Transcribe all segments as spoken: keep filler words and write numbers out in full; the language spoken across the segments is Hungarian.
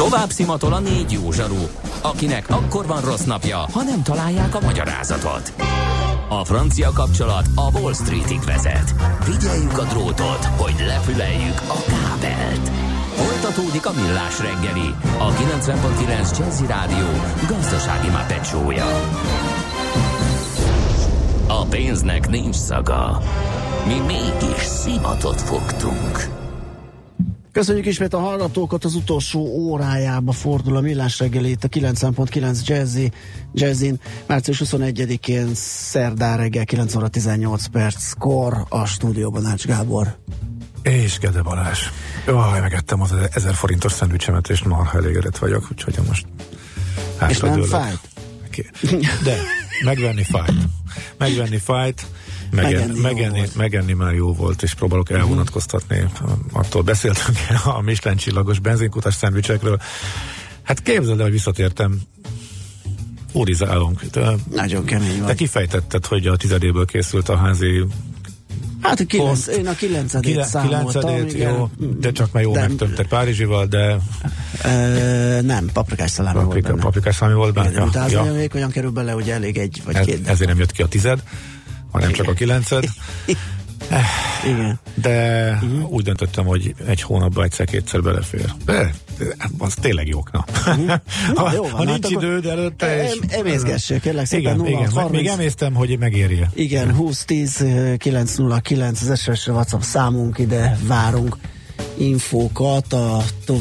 Tovább szimatol a négy jó zsaru, akinek akkor van rossz napja, ha nem találják a magyarázatot. A francia kapcsolat a Wall Streetig vezet. Figyeljük a drótot, hogy lefüleljük a kábelt. Folytatódik a Millás reggeli, a kilencven pont kilenc Jazzy Rádió gazdasági mápecsója. A pénznek nincs szaga. Mi mégis szimatot fogtunk. Köszönjük ismét a hallgatókat, az utolsó órájába fordul a Millás reggeli itt a kilencven pont kilenc Jazzy, Jazzin. március huszonegyedikén szerdán reggel kilenc óra tizennyolc perckor a stúdióban Ács Gábor. És Gede Balázs. Jaj, megettem az ezer forintos szendvicsemet, és marha elégedett vagyok, úgyhogy most és nem fájt? De, megvenni fájt. Megvenni fájt, Megen, megenni, megenni, megenni már jó volt, és próbálok elvonatkoztatni. Attól beszéltünk a Michelin csillagos benzinkutas szendvicsekről. Hát képzeld el, hogy visszatértem. Urizálunk. Nagyon kemény vagy. Te kifejtetted, hogy a tizedéből készült a házi. Hát a kilenc, én a kilencedét Kile, számoltam. Kilencedét, jó, de csak már jó de, megtömtek Párizsival, de... E, nem, paprikás szalámi Paprika, volt benne. Paprikás szalámi volt benne. Igen, ja, ja. Olyan még olyan kerül bele, hogy elég egy vagy Ez, két. Ezért nem jött ki a tized, hanem igen. Csak a kilenced. Igen. De uh-huh. úgy döntöttem, hogy egy hónapban egyszer-kétszer belefér. De az tényleg jókna. Uh-huh. ha jó van, ha nincs hát időd előtte... És... Emészgessék, kérlek szépen. Igen, igen. harminc még emésztem, hogy megérje. Igen, húsz tíz kilenc nulla kilenc az es em es WhatsApp számunk, ide várunk infókat a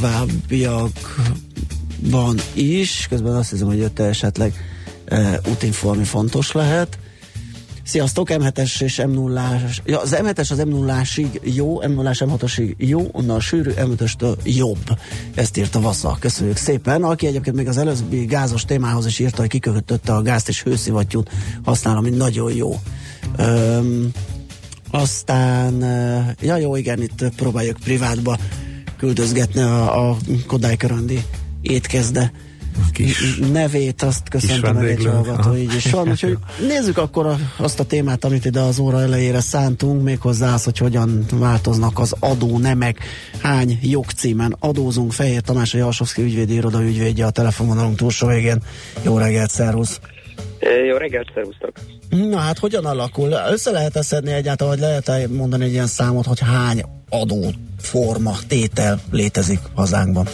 továbbiakban is. Közben azt hiszem, hogy jött esetleg uh, útinfo, ami fontos lehet. Sziasztok, em hetes és em nullás, ja, az em hetes az em nullásig jó, em nullás em hatosig jó, onnan a sűrű em ötöstől jobb. Ezt írta Vasza. Köszönjük szépen. Aki egyébként még az előbbi gázos témához is írta, hogy kikötötte a gázt és hőszivattyút használ, ami nagyon jó. Öm, aztán, ja jó, igen, itt próbáljuk privátba küldözgetni a, a Kodály Köröndi étkezde kis nevét, azt köszöntöm meg egy hallgató, így is van. Úgyhogy nézzük akkor a, azt a témát, amit ide az óra elejére szántunk, méghozzá az, hogy hogyan változnak az adónemek, hány jogcímen adózunk. Fehér Tamás, a Jalsovszky ügyvédi iroda ügyvédje a telefonvonalunk túlsó végén. Jó reggelt, szervusz! Jó reggelt, szervusztok! Na hát hogyan alakul? Össze lehet szedni egyáltalán, vagy lehet mondani egy ilyen számot, hogy hány adóforma, tétel létezik hazánkban?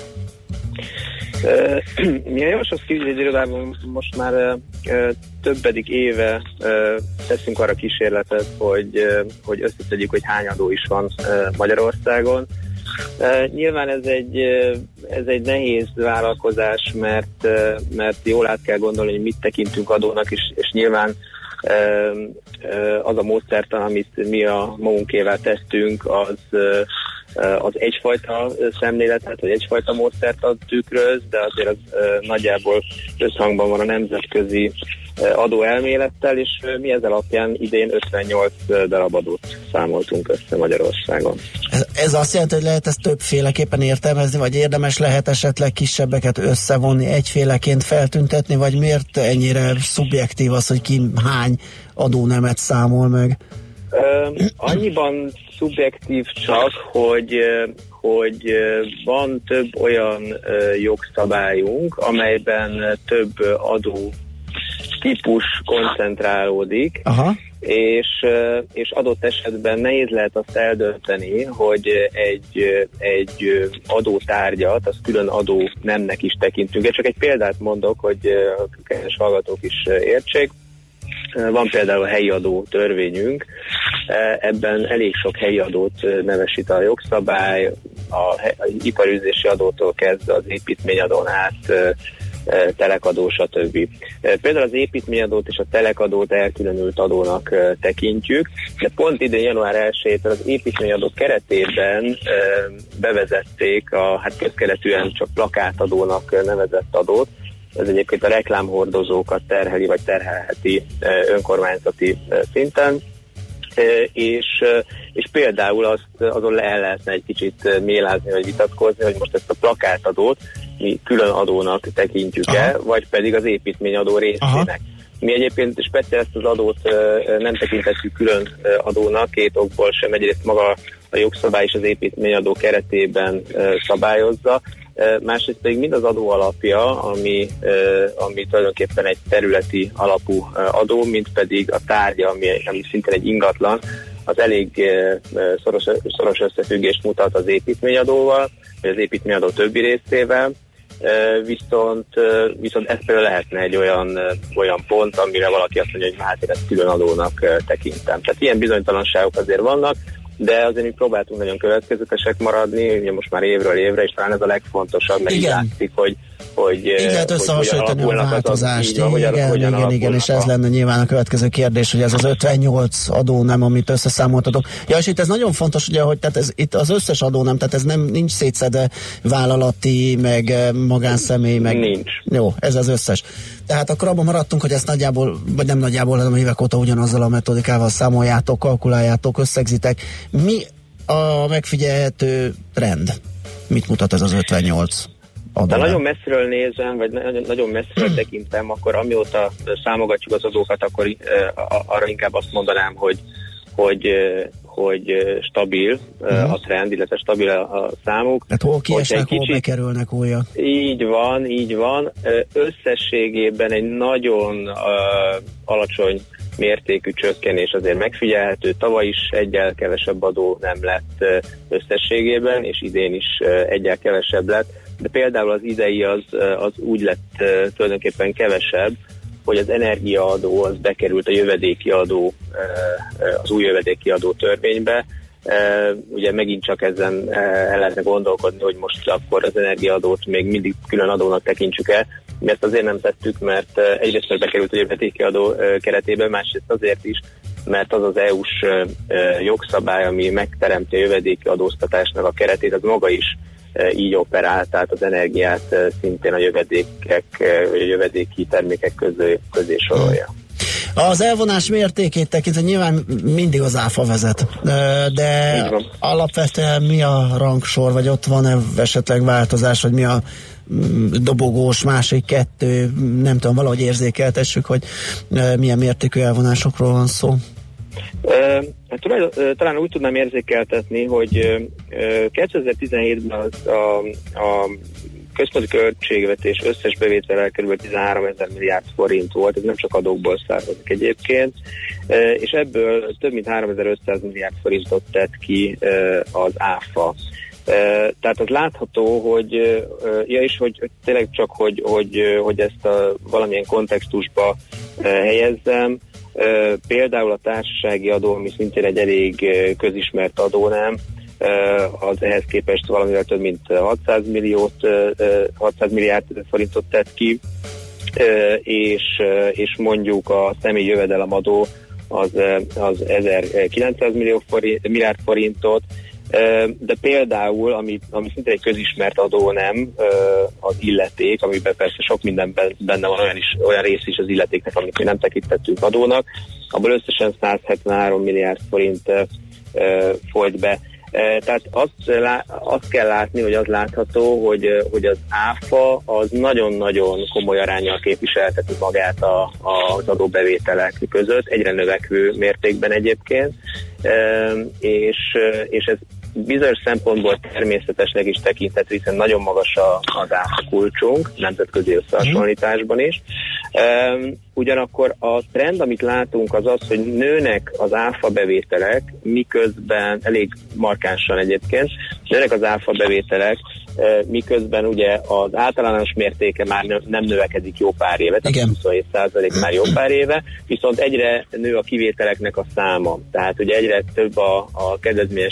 Mi a Jalsovszky ügyvédi irodában most már uh, többedik éve uh, teszünk arra kísérletet, hogy, uh, hogy összeszedjük, hogy hány adó is van uh, Magyarországon. Uh, nyilván ez egy, uh, ez egy nehéz vállalkozás, mert, uh, mert jól át kell gondolni, hogy mit tekintünk adónak, és, és nyilván uh, uh, az a módszertan, amit mi a magunkével tesztünk, az uh, az egyfajta szemléletet, vagy egyfajta módszert ad tükröz, de azért az uh, nagyjából összhangban van a nemzetközi uh, adóelmélettel, és uh, mi ezzel alapján idén ötvennyolc darab adót számoltunk össze Magyarországon. Ez, ez azt jelenti, hogy lehet ezt többféleképpen értelmezni, vagy érdemes lehet esetleg kisebbeket összevonni, egyféleként feltüntetni, vagy miért ennyire szubjektív az, hogy ki hány adónemet számol meg? Uh, annyiban szubjektív csak, hogy, hogy van több olyan uh, jogszabályunk, amelyben több adó típus koncentrálódik, aha. És, uh, és adott esetben nehéz lehet azt eldönteni, hogy egy, egy adótárgyat, azt külön adó nemnek is tekintünk. Én csak egy példát mondok, hogy a kedves hallgatók is értsék. Van például a helyi adó törvényünk, ebben elég sok helyi adót nevesít a jogszabály, a iparűzési adótól kezdve az építményadón át, telekadó, stb. Például az építményadót és a telekadót elkülönült adónak tekintjük, de pont idén január elsejétől az építményadó keretében bevezették a hát közkeletűen csak plakátadónak nevezett adót. Ez egyébként a reklámhordozókat terheli, vagy terhelheti önkormányzati szinten, és, és például azt, azon le lehetne egy kicsit mélázni, vagy vitatkozni, hogy most ezt a plakátadót mi külön adónak tekintjük-e, aha. vagy pedig az építményadó részének. Aha. Mi egyébként speciál ezt az adót nem tekintettük külön adónak, két okból sem. Egyrészt maga a jogszabály és az építményadó keretében szabályozza, másrészt pedig mind az adó alapja, ami, ami tulajdonképpen egy területi alapú adó, mint pedig a tárgya, ami, ami szintén egy ingatlan, az elég szoros, szoros összefüggést mutat az építményadóval, vagy az építményadó többi részével, viszont, viszont ez például lehetne egy olyan, olyan pont, amire valaki azt mondja, hogy hát én ezt külön adónak tekintem. Tehát ilyen bizonytalanságok azért vannak, de azért mi próbáltunk nagyon következetesek maradni, ugye most már évről évre, és talán ez a legfontosabb, mert igen. Így látszik, hogy hogy így lehet összehasonlítani a változást, igen, igen, igen, igen, igen, és ez lenne nyilván a következő kérdés, hogy ez az ötvennyolc adó nem, amit összeszámoltatok. Ja, és itt ez nagyon fontos, ugye, hogy tehát ez, itt az összes adó nem, tehát ez nem nincs szétszedve vállalati, meg magánszemély, meg... Nincs. Jó, ez az összes. Tehát akkor abban maradtunk, hogy ezt nagyjából, vagy nem nagyjából, hanem évek óta ugyanazzal a metodikával számoljátok, kalkuláljátok, összegzitek. Mi a megfigyelhető trend? Mit mutat ez az ötvennyolc? Ha nagyon messziről nézem, vagy nagyon, nagyon messziről tekintem, akkor amióta számogatjuk az adókat, akkor uh, arra inkább azt mondanám, hogy, hogy, uh, hogy stabil uh, a trend, illetve stabil a, a számuk. Hát hol kiesnek, hol kicsit, bekerülnek újra. Így van, így van. Összességében egy nagyon uh, alacsony mértékű csökkenés azért megfigyelhető. Tavaly is egyel kevesebb adó nem lett összességében, és idén is egyel kevesebb lett. De például az idei az, az úgy lett tulajdonképpen kevesebb, hogy az energiaadó az bekerült a jövedéki adó, az új jövedéki adó törvénybe. Ugye megint csak ezen el lehetne gondolkodni, hogy most akkor az energiaadót még mindig külön adónak tekintsük el. Mi ezt azért nem tettük, mert egyrészt bekerült a jövedéki adó keretébe, másrészt azért is, mert az az é u-s jogszabály, ami megteremti a jövedéki adóztatásnak a keretét, az maga is így operál, tehát az energiát szintén a jövedékek, a jövedéki termékek közé, közé sorolja. Az elvonás mértékét tekintve nyilván mindig az áfa vezet, de alapvetően mi a rangsor, vagy ott van-e esetleg változás, vagy mi a dobogós, másik kettő, nem tudom, valahogy érzékeltessük, hogy milyen mértékű elvonásokról van szó. Uh, talán úgy tudnám érzékeltetni, hogy kétezer-tizenhétben az a, a központi költségvetés összes bevétele kb. tizenháromezer milliárd forint volt, ez nem csak adókból származik egyébként, és ebből több mint háromezer-ötszáz milliárd forintot tett ki az áfa. Tehát az látható, hogy, ja és hogy, hogy tényleg csak, hogy, hogy, hogy ezt a valamilyen kontextusba helyezzem, például a társasági adó, ami szintén egy elég közismert adó, nem, az ehhez képest valamivel több mint hatszáz milliót, hatszáz milliárd forintot tett ki, és, és mondjuk a személyi jövedelemadó az, az ezerkilencszáz millió forint, milliárd forintot, de például, ami, ami szintén egy közismert adó, nem, az illeték, amiben persze sok minden benne van, olyan, is, olyan rész is az illetéknek, amit mi nem tekintettünk adónak, abból összesen száz hetvenhárom milliárd forint folyt be. Tehát azt, azt kell látni, hogy az látható, hogy, hogy az áfa az nagyon-nagyon komoly aránnyal képviselteti magát a, a, az adóbevételek között, egyre növekvő mértékben egyébként, és, és ez bizonyos szempontból természetesnek is tekinthető, hiszen nagyon magas az áfa kulcsunk, nemzetközi összehasonlításban is. Ugyanakkor a trend, amit látunk, az az, hogy nőnek az áfa bevételek, miközben, elég markánsan egyébként, nőnek az áfa bevételek, miközben ugye az általános mértéke már nem növekedik jó pár éve, tehát huszonhét százalék már jó pár éve, viszont egyre nő a kivételeknek a száma. Tehát ugye egyre több a, a kedvezményes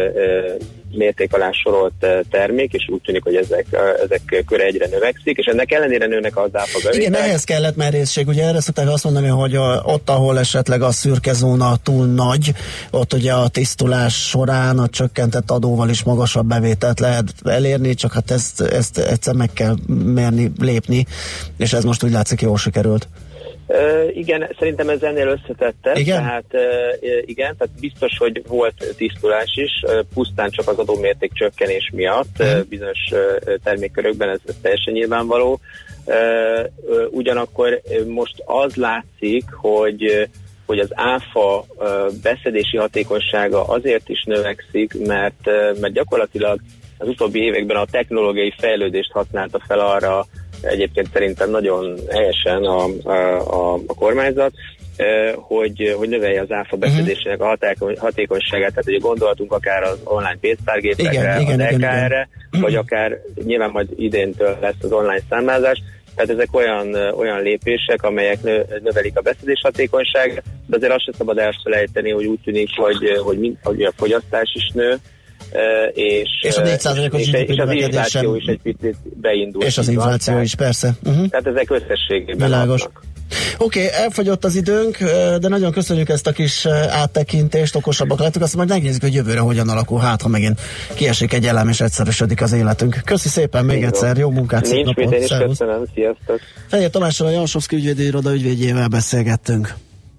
mérték alá sorolt termék, és úgy tűnik, hogy ezek, ezek köre egyre növekszik, és ennek ellenére nőnek az áfa bevételek. Igen, ehhez kellett merészség. Ugye erre szokták azt mondani, hogy a, ott, ahol esetleg a szürke zóna túl nagy, ott ugye a tisztulás során a csökkentett adóval is magasabb bevételt lehet elérni, csak hát ezt, ezt egyszer meg kell merni lépni, és ez most úgy látszik, jól sikerült. Uh, igen, szerintem ez ennél összetettebb, igen? Tehát uh, igen, tehát biztos, hogy volt tisztulás is, uh, pusztán csak az adómérték csökkenés miatt, uh, bizonyos uh, termékkörökben ez, ez teljesen nyilvánvaló. Uh, uh, ugyanakkor uh, most az látszik, hogy, uh, hogy az áfa uh, beszedési hatékonysága azért is növekszik, mert, uh, mert gyakorlatilag az utóbbi években a technológiai fejlődést használta fel arra, egyébként szerintem nagyon helyesen a, a, a kormányzat, hogy, hogy növelje az áfa beszedésének a hatékony, hatékonyságát, tehát hogy gondoltunk akár az online pénztárgépekre, az é ká erre, vagy akár nyilván majd idéntől lesz az online számlázás. Tehát ezek olyan, olyan lépések, amelyek nö, növelik a beszedés hatékonyságát, de azért azt sem szabad elfelejteni, hogy úgy tűnik, hogy, hogy, mind, hogy a fogyasztás is nő, és, és a négy százalékos és, és az infláció is egy picit beindult. És az infláció is, persze. Uh-huh. Tehát ezek összességében világos. hatnak. Oké, okay, elfogyott az időnk, de nagyon köszönjük ezt a kis áttekintést, okosabbak lettünk, aztán majd megnézzük, hogy jövőre hogyan alakul, hát ha megint kiesik egy elem és egyszerűsödik az életünk. Köszi szépen még egyszer, jó munkát, szép napot. Nincs mit, én is köszönöm, sziasztok. Fehér Tamással, a Jansovszky ügyvédi iroda ügyvédjével beszélgettünk.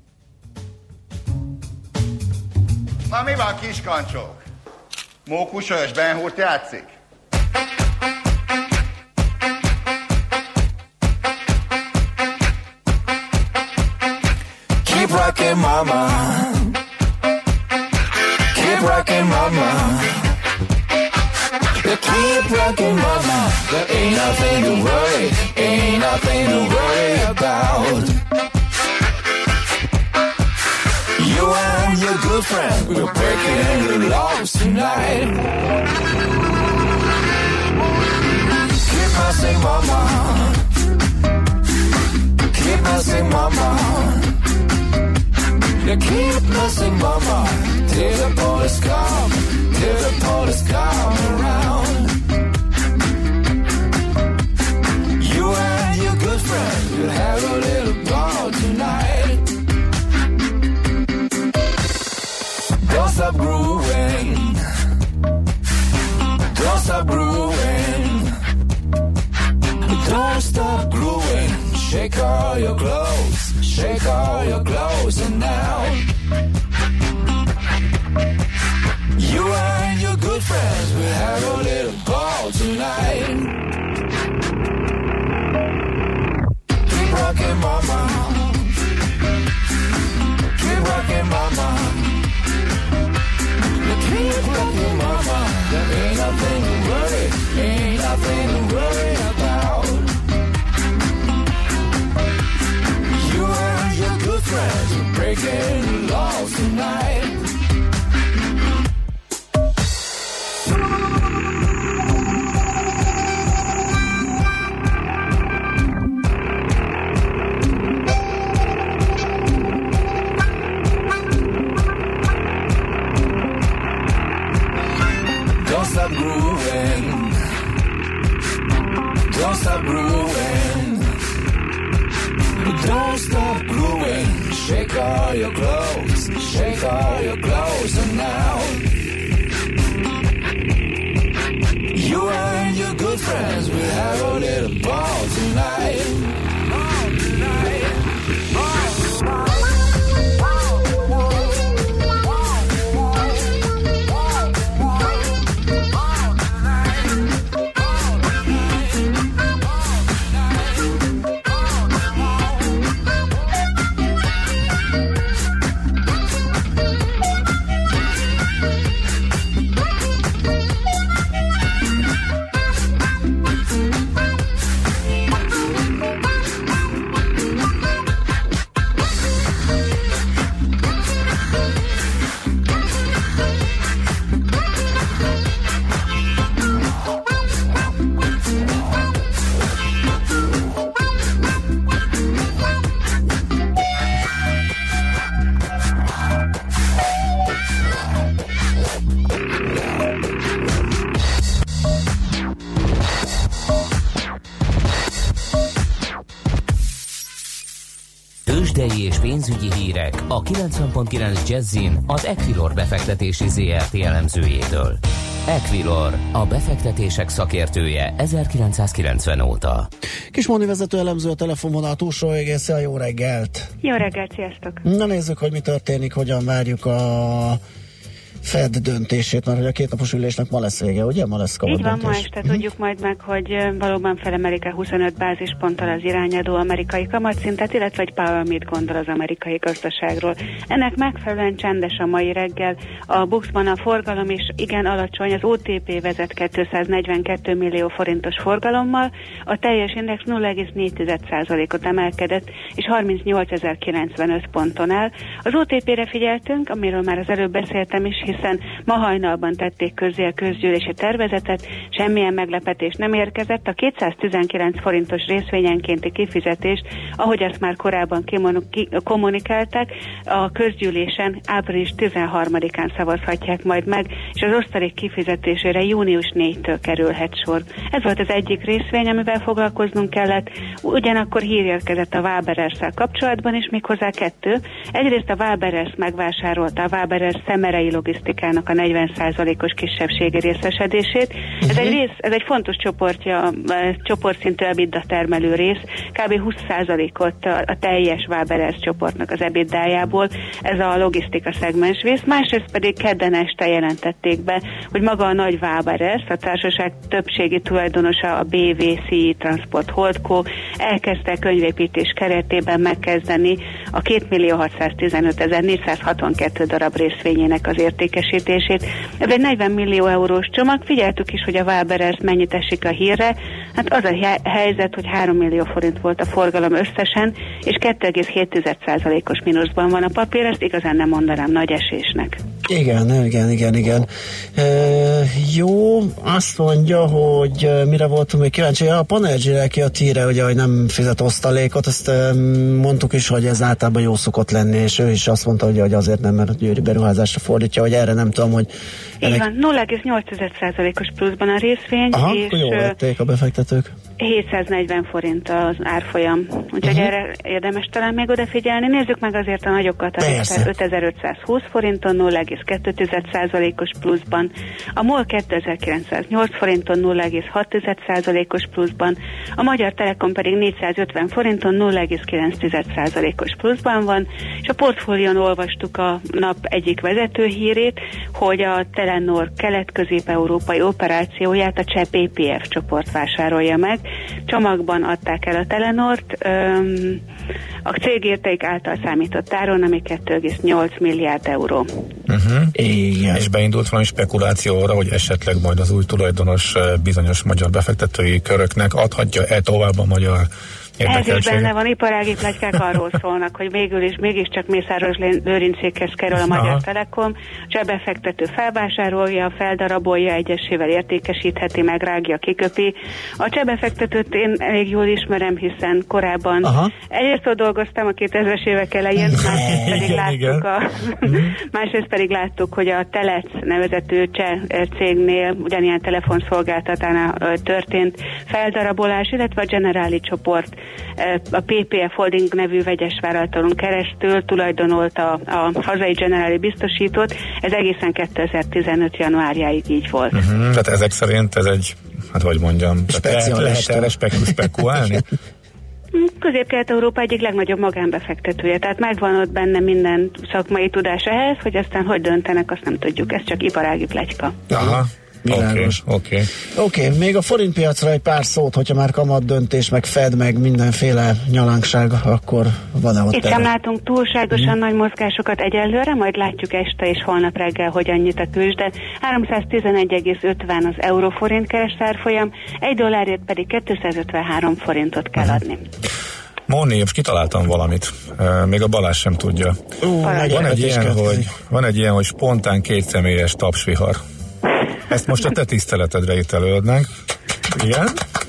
Na mi van, kiskancsók? Mókusös Ben Hurt játszik? Keep rocking, mama. Keep rocking, mama. You keep rocking, mama. There ain't nothing to worry, ain't nothing to worry about. You and your good friend, we're breaking the laws tonight. Keep messing, mama. Keep messing, mama. You keep messing, mama, till the police come, till the police come around. You and your good friend will have a little ball tonight. Don't stop grooving, don't stop grooving, don't stop grooving. Shake all your clothes, shake all your clothes, and now you and your good friends will have a little ball tonight. Keep rocking, mama. Keep rocking, mama. You keep rocking, mama. There ain't nothing to worry, ain't nothing to worry about. You and your good friends are breaking the laws tonight. Don't stop grooving. Don't stop grooving. Don't stop grooving. Shake all your clothes. Shake all your clothes. And now you and your good friends will have a little ball tonight. Ball tonight. Ball tonight. Tőzsdei és pénzügyi hírek a kilencven pont kilenc Jazzin az Equilor befektetési zé er té elemzőjétől. Equilor, a befektetések szakértője ezerkilencszázkilencven óta. Kismondi vezető elemző a telefonvonal túlsó végén. Szia, jó reggelt! Jó reggelt, sziasztok! Na nézzük, hogy mi történik, hogyan várjuk a Fed döntését, mert hogy a kétnapos ülésnek ma lesz vége, ugye? Ma lesz kamat Így van, döntés. ma este tudjuk majd meg, hogy valóban felemelik-e huszonöt bázisponttal az irányadó amerikai kamatszintet, illetve egy Powell mit gondol az amerikai gazdaságról. Ennek megfelelően csendes a mai reggel. A buxban a forgalom is igen alacsony, az o té pé vezet kétszáznegyvenkét millió forintos forgalommal, a teljes index nulla egész négy százalékot emelkedett, és harmincnyolcezer-kilencvenöt ponton áll. Az o té pére figyeltünk, amiről már az előbb beszéltem is, hiszen ma hajnalban tették közzé a közgyűlési tervezetet, semmilyen meglepetés nem érkezett. A kétszáztizenkilenc forintos részvényenkénti kifizetést, ahogy azt már korábban kommunikálták, a közgyűlésen április tizenharmadikán szavazhatják majd meg, és az osztalék kifizetésére június negyedikétől kerülhet sor. Ez volt az egyik részvény, amivel foglalkoznunk kellett. Ugyanakkor hír érkezett a Waberers-szel kapcsolatban is, méghozzá kettő. Egyrészt a Waberers megvásárolta a Waberers szemerei logisztikának a negyven százalékos kisebbségi részesedését. Uh-huh. Ez egy rész, ez egy fontos csoportja, csoportszintű EBITDA termelő rész, kb. húsz százalékot a, a teljes Waberers csoportnak az EBITDA-jából, ez a logisztika szegmens rész. Másrészt pedig kedden este jelentették be, hogy maga a nagy Waberers, a társaság többségi tulajdonosa, a bé vé cé Transport Holdco elkezdte könyvépítés keretében megkezdeni a kétmillió-hatszáztizenötezer-négyszázhatvankettő darab részvényének az értékesítését. Ez egy negyven millió eurós csomag. Figyeltük is, hogy a Waberers mennyit esik a hírre. Hát az a helyzet, hogy három millió forint volt a forgalom összesen, és kettő egész hét százalékos mínuszban van a papír, ezt igazán nem mondanám nagy esésnek. Igen, igen, igen, igen. E, jó, azt mondja, hogy mire voltunk még kíváncsi, a Panergy-re ki a tíre, ugye, hogy nem fizet osztalékot, azt e, mondtuk is, hogy ez általában jó szokott lenni, és ő is azt mondta, hogy, hogy azért nem, mert a győri beruházásra fordítja, hogy erre nem tudom, hogy... Ennek... Így van, nulla egész nyolc százalékos pluszban a részvény, aha, és... jól vették a befektetők. hétszáznegyven forint az árfolyam, úgyhogy uh-huh. erre érdemes talán még odafigyelni. Nézzük meg azért a nagyokat, a Richter ötezer-ötszázhúsz forinton nulla egész kettő százalékos pluszban, a MOL kétezer-kilencszáznyolc forinton nulla egész hat százalékos pluszban, a Magyar Telekom pedig négyszázötven forinton nulla egész kilenc százalékos pluszban van, és a portfólión olvastuk a nap egyik vezető hírét, hogy a Telenor kelet-közép-európai operációját a cseh pé pé ef csoport vásárolja meg. Csomagban adták el a Telenort, öm, a cégérték által számított áron, ami kettő egész nyolc milliárd euró. Uh-huh. Igen. És beindult valami spekuláció arra, hogy esetleg majd az új tulajdonos bizonyos magyar befektetői köröknek adhatja-e tovább a magyar ez is benne van, iparági pletykák arról szólnak, hogy végül is mégiscsak Mészáros Lőrincékhez kerül a Magyar aha. Telekom, a befektető felvásárolja, feldarabolja, egyesével értékesítheti, megrágja, kiköpi. A csebefektetőt én elég jól ismerem, hiszen korábban aha. egyrészt ott dolgoztam a kétezres évek elején, másrészt pedig láttuk, a, másrészt pedig láttuk, hogy a Telec nevezetű cseh cégnél ugyanilyen telefonszolgáltatánál történt feldarabolás, illetve a Generali csoport a pé pé ef Holding nevű vegyes vállalaton keresztül tulajdonolta a hazai Generali biztosítót, ez egészen kétezer-tizenöt januárjáig így volt. Uh-huh. Tehát ezek szerint ez egy, hát hogy mondjam, lehet erre spekulálni? Közép-Kelet-Európa egyik legnagyobb magánbefektetője, tehát megvan ott benne minden szakmai tudás ehhez, hogy aztán hogy döntenek, azt nem tudjuk, ez csak iparági pletyka. Aha. Világos. Oké, okay, okay. okay, még a forintpiacra egy pár szót, hogyha már kamat döntés, meg Fed, meg mindenféle nyalánkság, akkor van-e ott? Itt sem látunk túlságosan mm. nagy mozgásokat egyelőre, majd látjuk este és holnap reggel, hogy annyit a tőzsde. háromszáztizenegy egész ötven az euróforint keres árfolyam, egy dollárért pedig kétszázötvenhárom forintot kell mm. adni. Móni, most kitaláltam valamit, uh, még a Balázs sem tudja. Uh, van, egy ilyen, hogy, van egy ilyen, hogy spontán kétszemélyes tapsvihar. Ezt most a te tiszteletedre itt előadnánk. Igen?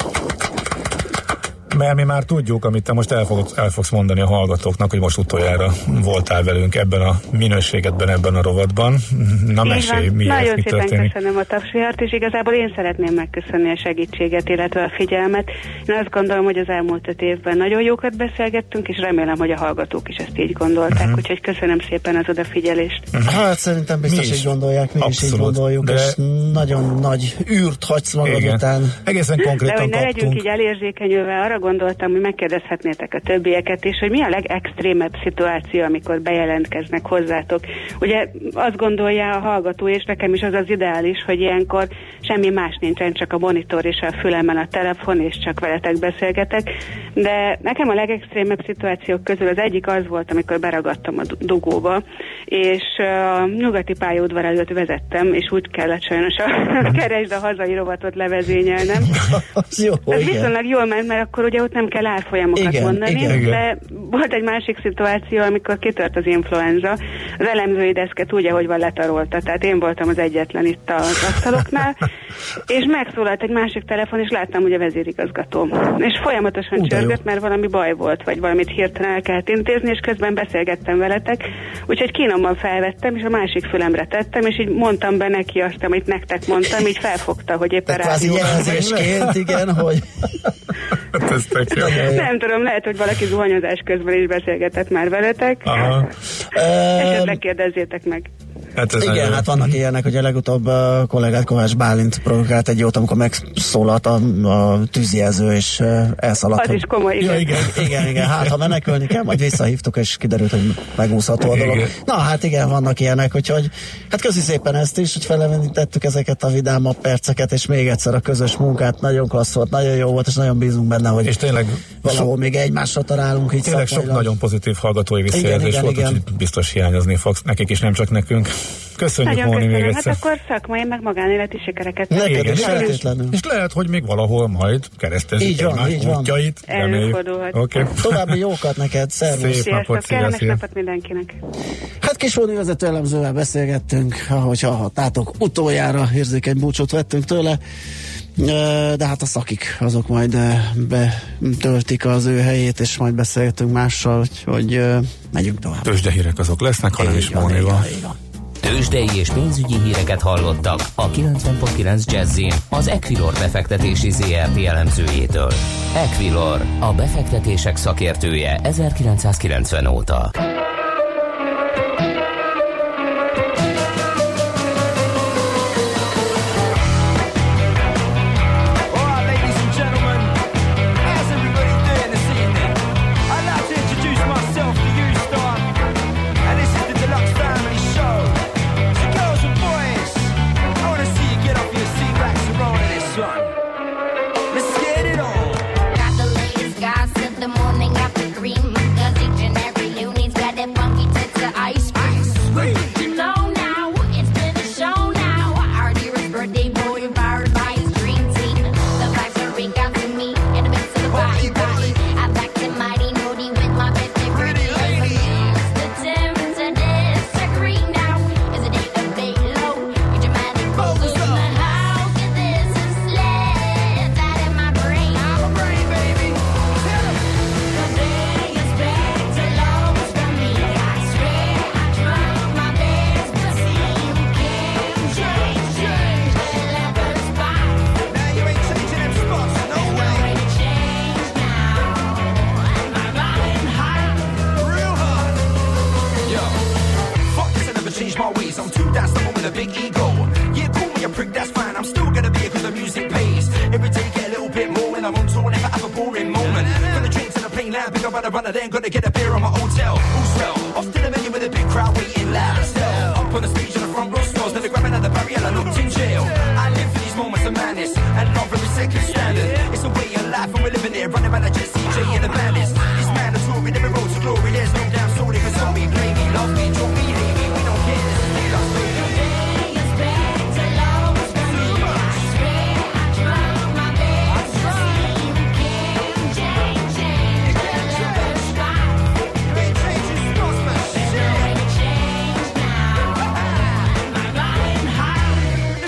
Mert mi már tudjuk, amit te most el, fog, el fogsz mondani a hallgatóknak, hogy most utoljára voltál velünk ebben a minőségedben, ebben a rovatban. Na mesélj, mi Nagyon mi szépen történik? köszönöm a tapsvihart, és igazából én szeretném megköszönni a segítséget, illetve a figyelmet. Én azt gondolom, hogy az elmúlt öt évben nagyon jókat beszélgettünk, és remélem, hogy a hallgatók is ezt így gondolták, uh-huh. úgyhogy köszönöm szépen az odafigyelést. Uh-huh. Hát szerintem biztos így gondolják, mi Abszolút, is így gondoljuk, de... és nagyon nagy űrt hagysz magad igen. után. Egészen konkrétan de hogy ne kaptunk. legyünk így elérzékenyülve, arra gondoltam, hogy megkérdezhetnétek a többieket is, hogy mi a legextrémebb szituáció, amikor bejelentkeznek hozzátok. Ugye azt gondolja a hallgató, és nekem is az az ideális, hogy ilyenkor semmi más nincsen, csak a monitor és a fülemen a telefon, és csak veletek beszélgetek. De nekem a legextrémebb szituációk közül az egyik az volt, amikor beragadtam a dugóba, és a nyugati pályaudvar előtt vezettem, és úgy kellett sajnos a keresd a hazai rovatot levezényelnem. Jó, ez igen. viszonylag jól ment, mert akkor ugye ott nem kell árfolyamokat igen, mondani, igen, igen. de volt egy másik szituáció, amikor kitört az influenza, az elemzői deszket úgy, ahogy van letarolta, tehát én voltam az egyetlen itt az asztaloknál, és megszólalt egy másik telefon, és láttam, hogy a vezérigazgató. És folyamatosan Ú, csörgött, mert valami baj volt, vagy valamit hirtelen el kellett intézni, és közben beszélgettem veletek, úgyhogy kínomban felvettem, és a másik fülemre tettem, és így mondtam be neki azt, amit nektek mondtam, így felfogta, hogy éppen rádió. Jelzésként, igen, hogy... Nem tudom, lehet, hogy valaki zuhanyozás közben is beszélgetett már veletek. Aha. Esetleg kérdezzétek meg. Hát ez igen, nagyon... hát vannak ilyenek, hogy a legutóbb a kollégát Kovács Bálint provokált egy jót, amikor megszólalt a, a tűzjelző, és elszaladt. Az hogy... is komoly, igen. Ja, igen, igen, igen, hát ha menekülni kell, majd visszahívtuk, és kiderült, hogy megúszható a dolog. Na hát igen, vannak ilyenek, úgyhogy hát köszi szépen ezt is, hogy felevenítettük ezeket a vidámabb perceket, és még egyszer a közös munkát, nagyon klassz volt, nagyon jó volt, és nagyon bízunk benne, hogy és tényleg valahol még egymásra találunk. Így tényleg sok nagyon pozitív hallgatói visszajelzés volt, úgyhogy biztos hiányozni fogsz nekik is, nem csak nekünk. Köszönjük, nagyon Móni, még köszönöm. egyszer. Hát akkor szakmai, meg magánéleti sikereket. Neked is lehet, feltétlenül. és lehet, hogy még valahol majd keresztezik egymás útjait. Előfordulhat. Okay. További jókat neked, szervusz! Szép napot, szia, kellemes szia. napot mindenkinek! Hát Kisvóni vezető elemzővel beszélgettünk, ahogy hallhattátok, utoljára érzékeny búcsút vettünk tőle, de hát a szakik azok majd betöltik az ő helyét, és majd beszélgetünk mással, úgyhogy megyünk tovább. Tőzsdehírek azok lesznek, hanem is van, Mónival. Tőzsdei és pénzügyi híreket hallottak a kilencven pont kilenc Jazzin az Equilor befektetési zé er té elemzőjétől. Equilor, a befektetések szakértője ezerkilencszázkilencven óta.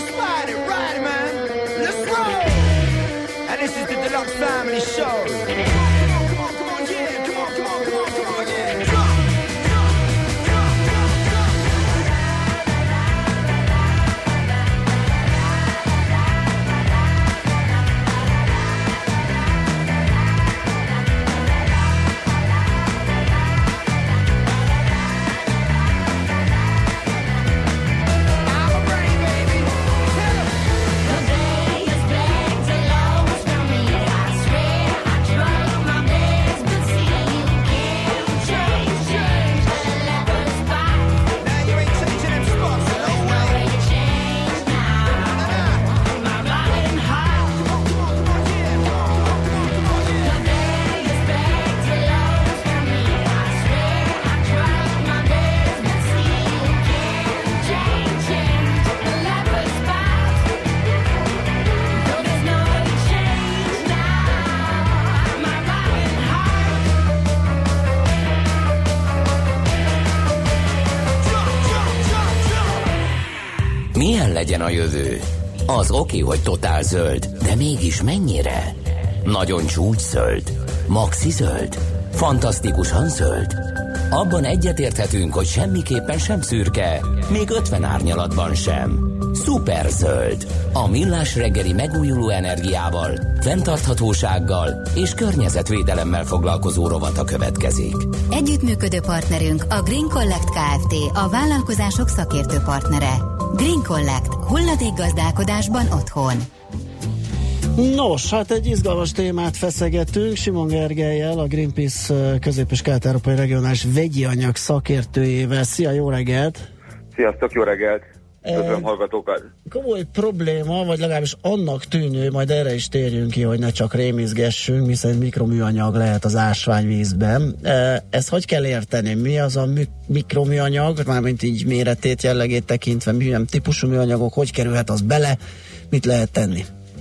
This is the Deluxe Family Show. legyen a jövő? Az oké, hogy totál zöld, de mégis mennyire? Nagyon csúcs zöld? Maxi zöld? Fantasztikusan zöld? Abban egyetérthetünk, hogy semmiképpen sem szürke, még ötven árnyalatban sem. Szuper zöld. A Millás reggeli megújuló energiával, fenntarthatósággal és környezetvédelemmel foglalkozó rovata következik. Együttműködő partnerünk a Green Collect Kft. A vállalkozások szakértő partnere. Green Collect. Hulladékgazdálkodásban otthon. Nos, hát egy izgalmas témát feszegetünk Simon Gergellyel, a Greenpeace Közép- és Kelet-Európai Regionális Vegyi Anyag szakértőjével. Szia, jó reggelt! Sziasztok, jó reggelt! Köszönöm hallgatókat! Komoly probléma, vagy legalábbis annak tűnő, majd erre is térjünk ki, hogy ne csak rémizgessünk, hiszen mikroműanyag lehet az ásványvízben. Ezt hogy kell érteni? Mi az a mikroműanyag, mármint így méretét, jellegét tekintve, milyen típusú műanyagok, hogy kerülhet az bele, mit lehet tenni?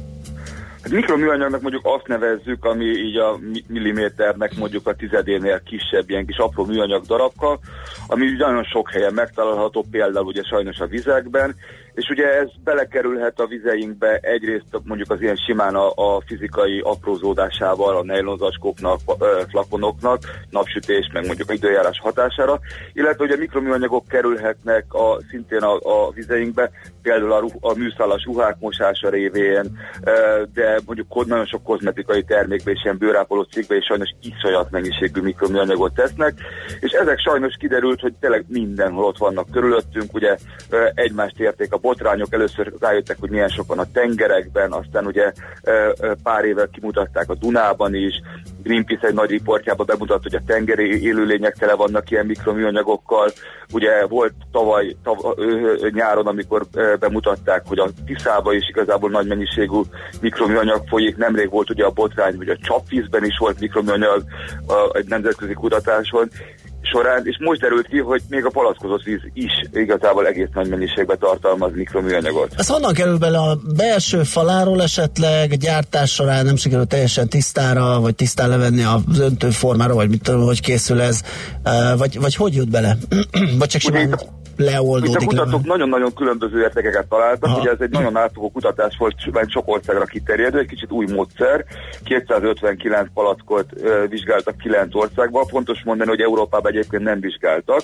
A mikroműanyagnak mondjuk azt nevezzük, ami így a milliméternek mondjuk a tizedénél kisebb, ilyen kis apró műanyag darabka, ami nagyon sok helyen megtalálható, például ugye sajnos a vizekben, és ugye ez belekerülhet a vizeinkbe egyrészt mondjuk az ilyen simán a, a fizikai aprózódásával, a nejlonzacskóknak, flakonoknak, napsütés, meg mondjuk időjárás hatására, illetve ugye mikroműanyagok kerülhetnek a, szintén a, a vizeinkbe, például a, a műszálas ruhák mosása révén, de mondjuk nagyon sok kozmetikai termékbe és ilyen bőrápoló cikkbe és sajnos iszonyat mennyiségű mikroműanyagot tesznek, és ezek sajnos kiderült, hogy tényleg mindenhol ott vannak körülöttünk, ugye egymást érték a botrányok, először rájöttek, hogy milyen sokan a tengerekben, aztán ugye pár évvel kimutatták a Dunában is, Greenpeace egy nagy riportjában bemutatta, hogy a tengeri élőlények tele vannak ilyen mikroműanyagokkal. Ugye volt tavaly tav- nyáron, amikor bemutatták, hogy a Tiszába is igazából nagy mennyiségű mikroműanyag folyik. Nemrég volt ugye a botrány, hogy a csapvízben is volt mikroműanyag egy nemzetközi kutatáson során, és most derült ki, hogy még a palackozott víz is igazából egész nagy mennyiségben tartalmaz mikroműanyagot. Ez honnan kerül bele? A belső faláról esetleg, gyártás során nem sikerül teljesen tisztára, vagy tisztán levenni az öntőformára, vagy mit tudom, hogy készül ez, vagy, vagy hogy jut bele? Vagy csak simán leoldódik. Itt a kutatók nagyon-nagyon különböző értékeket találtak, Aha. ugye ez egy nagyon átfogó kutatás volt, mert sok országra kiterjedő, egy kicsit új módszer, kétszázötvenkilenc palackot uh, vizsgáltak kilenc országban, fontos mondani, hogy Európában egyébként nem vizsgáltak,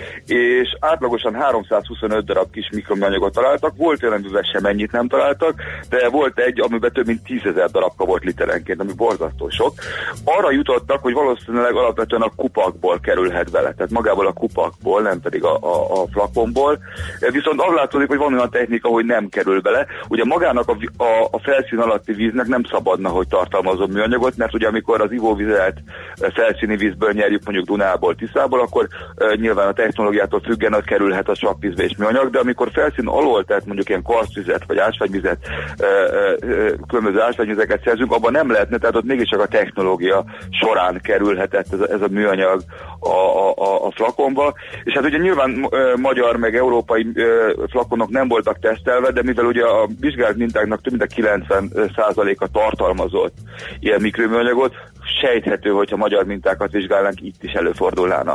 és átlagosan háromszázhuszonöt darab kis mikroműanyagot találtak, volt olyan, amiben sem ennyit nem találtak, de volt egy, amiben több mint tízezer darabka volt literenként, ami borzasztó sok. Arra jutottak, hogy valószínűleg alapvetően a kupakból kerülhet bele, tehát magából a kupakból, nem pedig a, a, a flakonból. Viszont az látszik, hogy van olyan technika, hogy nem kerül bele. Ugye magának a, a, a felszín alatti víznek nem szabadna, hogy tartalmazom műanyagot, mert ugye amikor az ivóvizet felszíni vízből nyerjük, mondjuk Dunából, Tiszából, akkor e, nyilván a technológiától függően az kerülhet a csapvízbe és műanyag, de amikor felszín alól, tehát mondjuk ilyen karsztvizet vagy ásványvizet, e, e, különböző ásványvizeket szerzünk, abban nem lehetne, tehát ott mégiscsak a technológia során kerülhetett ez a, ez a műanyag a, a, a flakonba. És hát ugye nyilván e, magyar meg európai e, flakonok nem voltak tesztelve, de mivel ugye a vizsgált mintáknak több mint a kilencven százaléka tartalmazott ilyen mikroműanyagot, sejthető, hogyha magyar mintákat vizsgálnánk, itt is előfordulnának.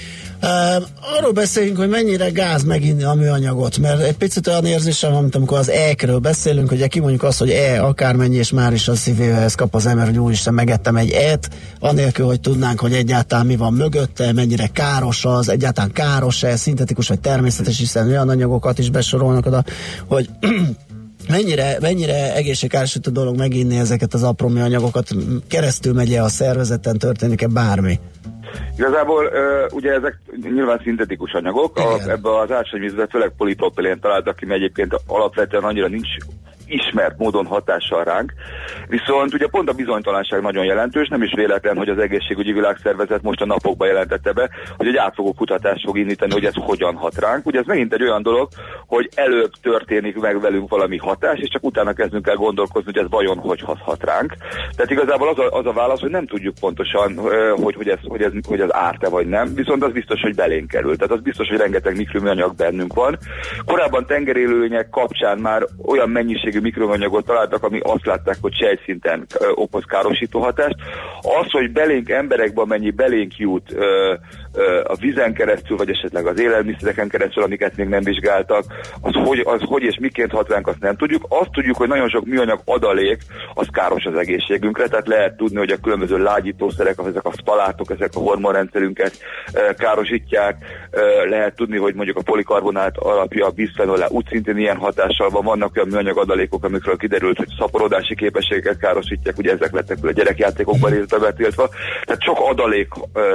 Uh, arról beszéljünk, hogy mennyire gáz meginni a műanyagot, mert egy picit olyan érzésem van, mint amikor az E-kről beszélünk, hogy kimondjuk azt, hogy E akármennyi, és már is a szívéhez kap az ember, hogy úristen, megettem egy E-t, anélkül, hogy tudnánk, hogy egyáltalán mi van mögötte, mennyire káros az, egyáltalán káros-e, szintetikus vagy természetes, hiszen olyan anyagokat is besorolnak oda, hogy mennyire, mennyire egészségkárosító dolog meginni ezeket az apró műanyagokat, keresztül megy-e a szervezeten, történik-e bármi? Igazából uh, ugye ezek nyilván szintetikus anyagok, a, ebben az ásványvízben főleg polipropilén találtak ki, mert egyébként alapvetően annyira nincs ismert módon hatással ránk. Viszont ugye pont a bizonytalanság nagyon jelentős, nem is véletlen, hogy az Egészségügyi Világszervezet most a napokban jelentette be, hogy egy átfogó kutatást fog indítani, hogy ez hogyan hat ránk. Ugye ez megint egy olyan dolog, hogy előbb történik meg velünk valami hatás, és csak utána kezdünk el gondolkozni, hogy ez vajon hogy hat ránk. Tehát igazából az a, az a válasz, hogy nem tudjuk pontosan, hogy, hogy, ez, hogy, ez, hogy ez árt-e vagy nem, viszont az biztos, hogy belénk kerül. Tehát az biztos, hogy rengeteg mikroműanyag bennünk van. Korábban tengerélőlények kapcsán már olyan mennyiség mikroműanyagot találtak, ami azt látták, hogy sejtszinten ö, okoz károsító hatást. Az, hogy belénk emberekben mennyi belénk jut ö, a vízen keresztül, vagy esetleg az élelmiszereken keresztül, amiket még nem vizsgáltak, az hogy, az hogy és miként hat ránk, azt nem tudjuk. Azt tudjuk, hogy nagyon sok műanyag adalék, az káros az egészségünkre, tehát lehet tudni, hogy a különböző lágyítószerek, ezek a ftalátok, ezek a hormonrendszerünket károsítják, lehet tudni, hogy mondjuk a polikarbonát alapja, a bisphenol A úgy szintén ilyen hatással van, vannak olyan műanyag adalékok, amikről kiderült, hogy szaporodási képességeket károsítják, ugye ezek lettek a gyerekjátékokban részbe betiltva, tehát sok adalék,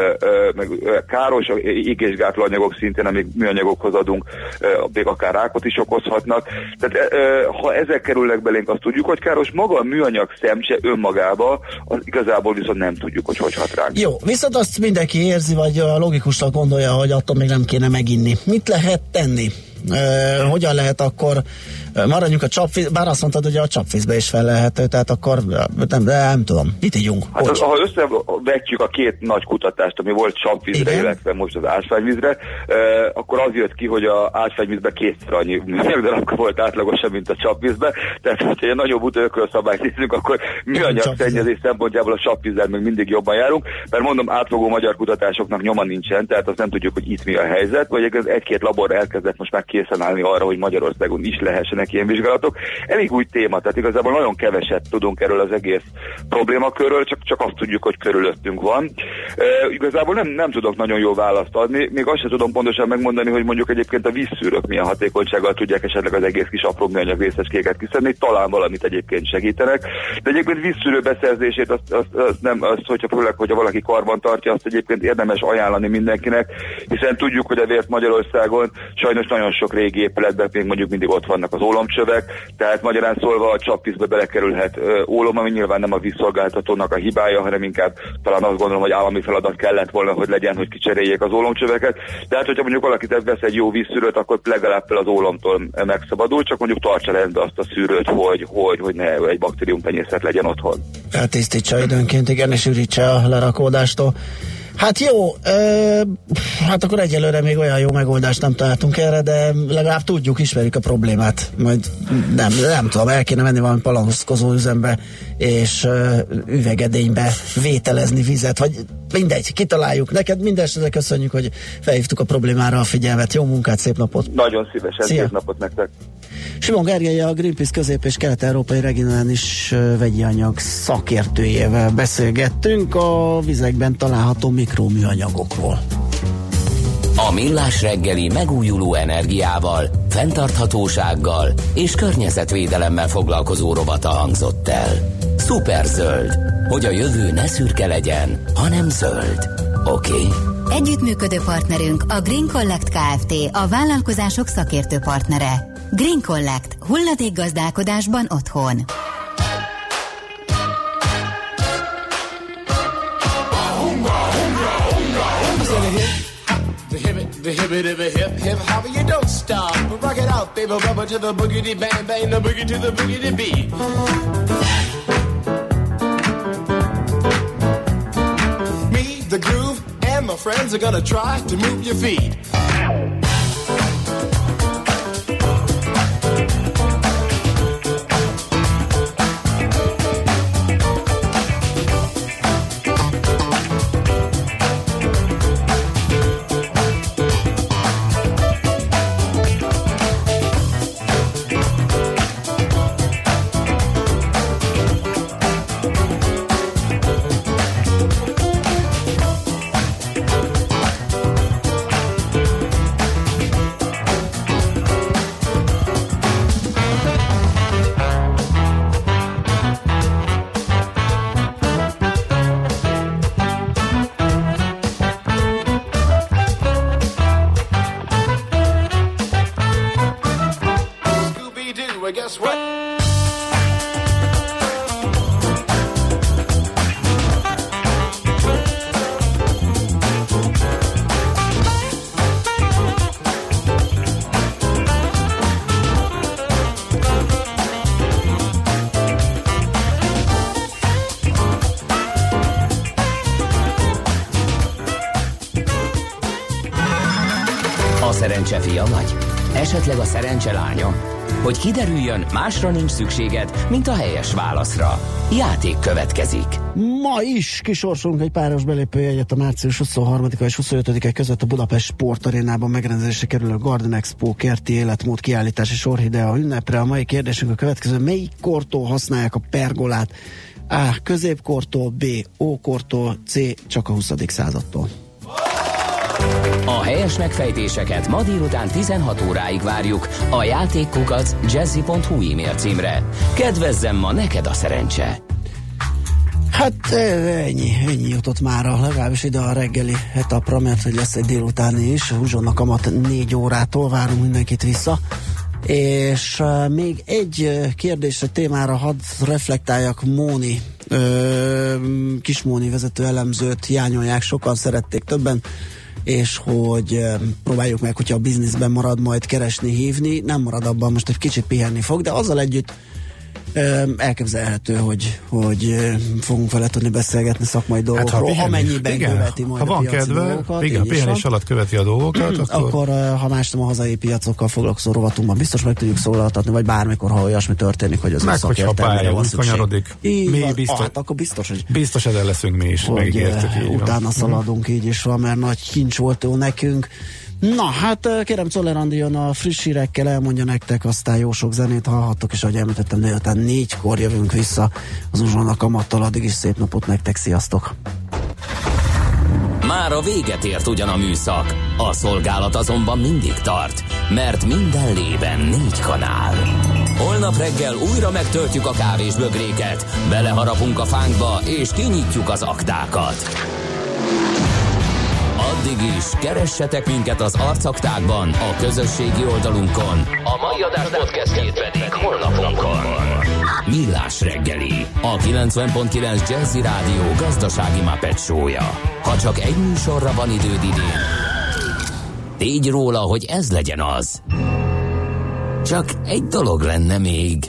meg káros égésgátló anyagok szintén, amik műanyagokhoz adunk, még akár rákot is okozhatnak. Tehát ha ezek kerülnek belénk, azt tudjuk, hogy káros. Maga a műanyag szemcse önmagába, az igazából viszont nem tudjuk, hogy hogy hat ránk. Jó, viszont azt mindenki érzi, vagy logikusnak gondolja, hogy attól még nem kéne meginni. Mit lehet tenni? Uh, hogyan lehet akkor uh, maradjunk a csapvíz, bár azt mondtad, hogy a csapvízbe is fel lehető, tehát akkor nem, de nem tudom, mit ígyunk? Hát az, ha összevetjük a két nagy kutatást, ami volt csapvízre, igen, illetve most az ásványvízre, uh, akkor az jött ki, hogy az ásványvízben kétszer annyi műanyagdarabka volt átlagosan, mint a csapvízbe, tehát hogyha egy nagyobb ökölszabályt nézzünk, akkor műanyag szennyezés szempontjából a csapvízzel még mindig jobban járunk, mert mondom, átfogó magyar kutatásoknak nyoma nincsen, tehát azt nem tudjuk, hogy itt mi a helyzet, vagy egy-két labor elkezdett most már készen állni arra, hogy Magyarországon is lehessenek ilyen vizsgálatok. Elég új téma, tehát igazából nagyon keveset tudunk erről az egész problémakörről, csak, csak azt tudjuk, hogy körülöttünk van. E, igazából nem, nem tudok nagyon jó választ adni, még azt sem tudom pontosan megmondani, hogy mondjuk egyébként a vízszűrők milyen hatékonysággal tudják esetleg az egész kis apró műanyag részecskéket kiszedni, talán valamit egyébként segítenek, de egyébként vízszűrő beszerzését, azt, azt, azt nem, azt, hogyha főleg, hogyha valaki karban tartja, azt egyébként érdemes ajánlani mindenkinek, hiszen tudjuk, hogy azért Magyarországon sajnos nagyon sok régi épületben még mondjuk mindig ott vannak az ólomcsövek, tehát magyarán szólva a csapvízbe belekerülhet ö, ólom, ami nyilván nem a vízszolgáltatónak a hibája, hanem inkább talán azt gondolom, hogy állami feladat kellett volna, hogy legyen, hogy kicseréljék az ólomcsöveket. Tehát, hogyha mondjuk valaki vesz egy jó vízszűrőt, akkor legalább az ólomtól megszabadul, csak mondjuk tartsa rendbe azt a szűrőt, hogy, hogy, hogy ne egy baktériumtenyészet legyen otthon. Eltisztítsa időnként, igen, és ürítse a lerakódástól. Hát jó, ö, hát akkor egyelőre még olyan jó megoldást nem találtunk erre, de legalább tudjuk, ismerjük a problémát. Majd nem, nem tudom, el kéne menni valami palackozó üzembe, és ö, üvegedénybe vételezni vizet, vagy mindegy, kitaláljuk. Neked mindenesetre köszönjük, hogy felhívtuk a problémára a figyelmet. Jó munkát, szép napot! Nagyon szívesen, szép napot nektek! Simon Gergely, a Greenpeace közép- és kelet-európai regionális vegyi anyag szakértőjével beszélgettünk a vizekben található mikroműanyagokról. A Millás reggeli megújuló energiával, fenntarthatósággal és környezetvédelemmel foglalkozó rovata hangzott el. Szuperzöld, hogy a jövő ne szürke legyen, hanem zöld. Oké? Okay? Együttműködő partnerünk a Green Collect Kft., a vállalkozások szakértő partnere. Green Collect. Hulladékgazdálkodásban otthon. The hip, the hip, the hip, hip, hop, you don't stop. Rock it out, baby, rubber to the boogity bang, bang, the boogie to the boogity beat. Me, the groove, and my friends are gonna try to move your feet. Szerencse fia vagy? Esetleg a szerencse lánya? Hogy kiderüljön, másra nincs szükséged, mint a helyes válaszra. Játék következik. Ma is kisorsolunk egy páros belépőjegyet a március huszonharmadika és huszonötödike között a Budapest Sportarénában megrendezésre kerülő Garden Expo kerti életmód kiállítási sorhidea ünnepre. A mai kérdésünk a következő: melyik kortól használják a pergolát? A. Középkortól, B. Ókortól, C. Csak a huszadik századtól. A helyes megfejtéseket ma délután tizenhat óráig várjuk a játékkukac jazzy pont hu e-mail címre. Kedvezzem ma neked a szerencse! Hát ennyi, ennyi jutott már a legalábbis ide a reggeli etapra, mert hogy lesz egy délutáni is, Uzsonna kamat négy órától, várunk mindenkit vissza. És uh, még egy uh, kérdésre, témára hadd reflektáljak. Móni, uh, Kis Móni vezető elemzőt hiányolják, sokan szerették, többen, és hogy uh, próbáljuk meg, hogyha a bizniszben marad, majd keresni, hívni, nem marad abban, most egy kicsit pihenni fog, de azzal együtt elképzelhető, hogy, hogy fogunk vele tudni beszélgetni szakmai dolgokról, hát, ha amennyiben igen, követi majd ha a van piaci kedve, dolgokat. Igen, pihenés alatt követi a dolgokat, akkor... akkor ha más nem a hazai piacokkal foglalkozó rovatunkban biztos meg tudjuk szólaltatni, vagy bármikor, ha olyasmi történik, hogy az meg, hogyha a pálya úgy kanyarodik, mi biztos, ah, hát akkor biztos, hogy biztos ezen leszünk mi is, megígértük. Utána van. Szaladunk, így is van, mert nagy kincs volt ő nekünk. Na, hát kérem, Czoller Andi jön a friss hírekkel, elmondja nektek, aztán jó sok zenét hallhattok, és ahogy említettem, délután négykor jövünk vissza az Uzsonna kamattal, addig is szép napot nektek, sziasztok! Már a véget ért ugyan a műszak, a szolgálat azonban mindig tart, mert minden lében négy kanál. Holnap reggel újra megtöltjük a kávés bögréket, beleharapunk a fánkba, és kinyitjuk az aktákat. Addig is keressetek minket az arcaktákban, a közösségi oldalunkon. A mai adás podcastjét pedig honlapunkon. Millás reggeli, a kilencven pont kilenc Jazzy Rádió gazdasági Muppet show-ja. Ha csak egy műsorra van időd idén, tégy róla, hogy ez legyen az. Csak egy dolog lenne még.